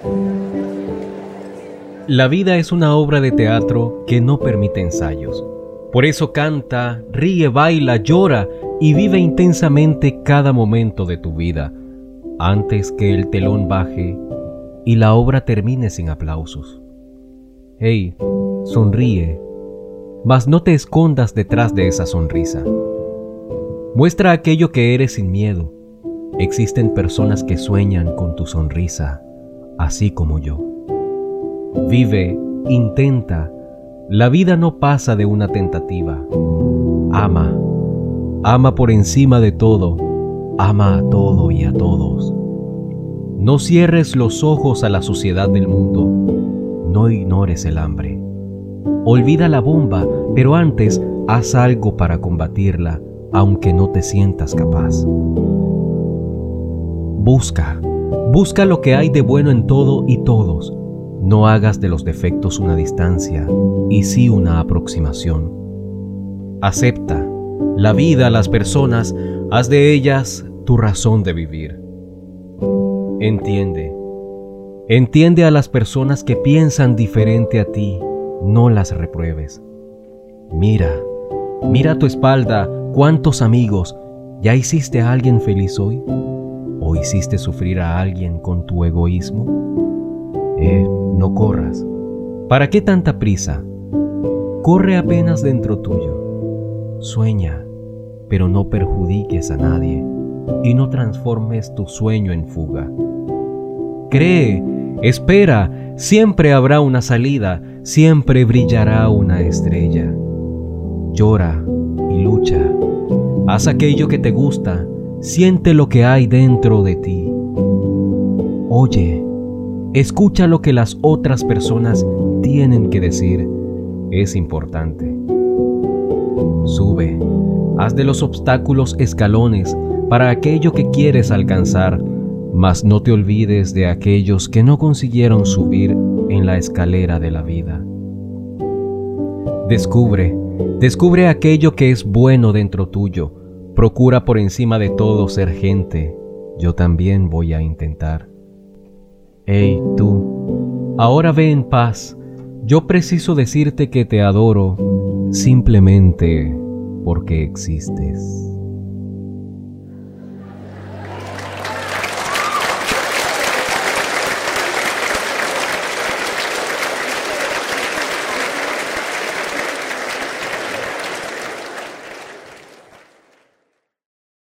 La vida es una obra de teatro que no permite ensayos. Por eso canta, ríe, baila, llora y vive intensamente cada momento de tu vida, antes que el telón baje y la obra termine sin aplausos. Hey, sonríe, mas no te escondas detrás de esa sonrisa. Muestra aquello que eres sin miedo. Existen personas que sueñan con tu sonrisa, así como yo. Vive, intenta. La vida no pasa de una tentativa. Ama. Ama por encima de todo. Ama a todo y a todos. No cierres los ojos a la suciedad del mundo. No ignores el hambre. Olvida la bomba, pero antes haz algo para combatirla, aunque no te sientas capaz. Busca lo que hay de bueno en todo y todos. No hagas de los defectos una distancia, y sí una aproximación. Acepta la vida, las personas, haz de ellas tu razón de vivir. Entiende a las personas que piensan diferente a ti, no las repruebes. Mira a tu espalda, cuántos amigos. ¿Ya hiciste a alguien feliz hoy? ¿O hiciste sufrir a alguien con tu egoísmo? No corras. ¿Para qué tanta prisa? Corre apenas dentro tuyo. Sueña, pero no perjudiques a nadie y no transformes tu sueño en fuga. Cree, espera, siempre habrá una salida, siempre brillará una estrella. Llora y lucha. Haz aquello que te gusta, siente lo que hay dentro de ti. Oye, escucha lo que las otras personas tienen que decir. Es importante. Sube, haz de los obstáculos escalones para aquello que quieres alcanzar, mas no te olvides de aquellos que no consiguieron subir en la escalera de la vida. Descubre aquello que es bueno dentro tuyo. Procura por encima de todo ser gente. Yo también voy a intentar. Hey, tú, ahora ve en paz. Yo preciso decirte que te adoro simplemente porque existes.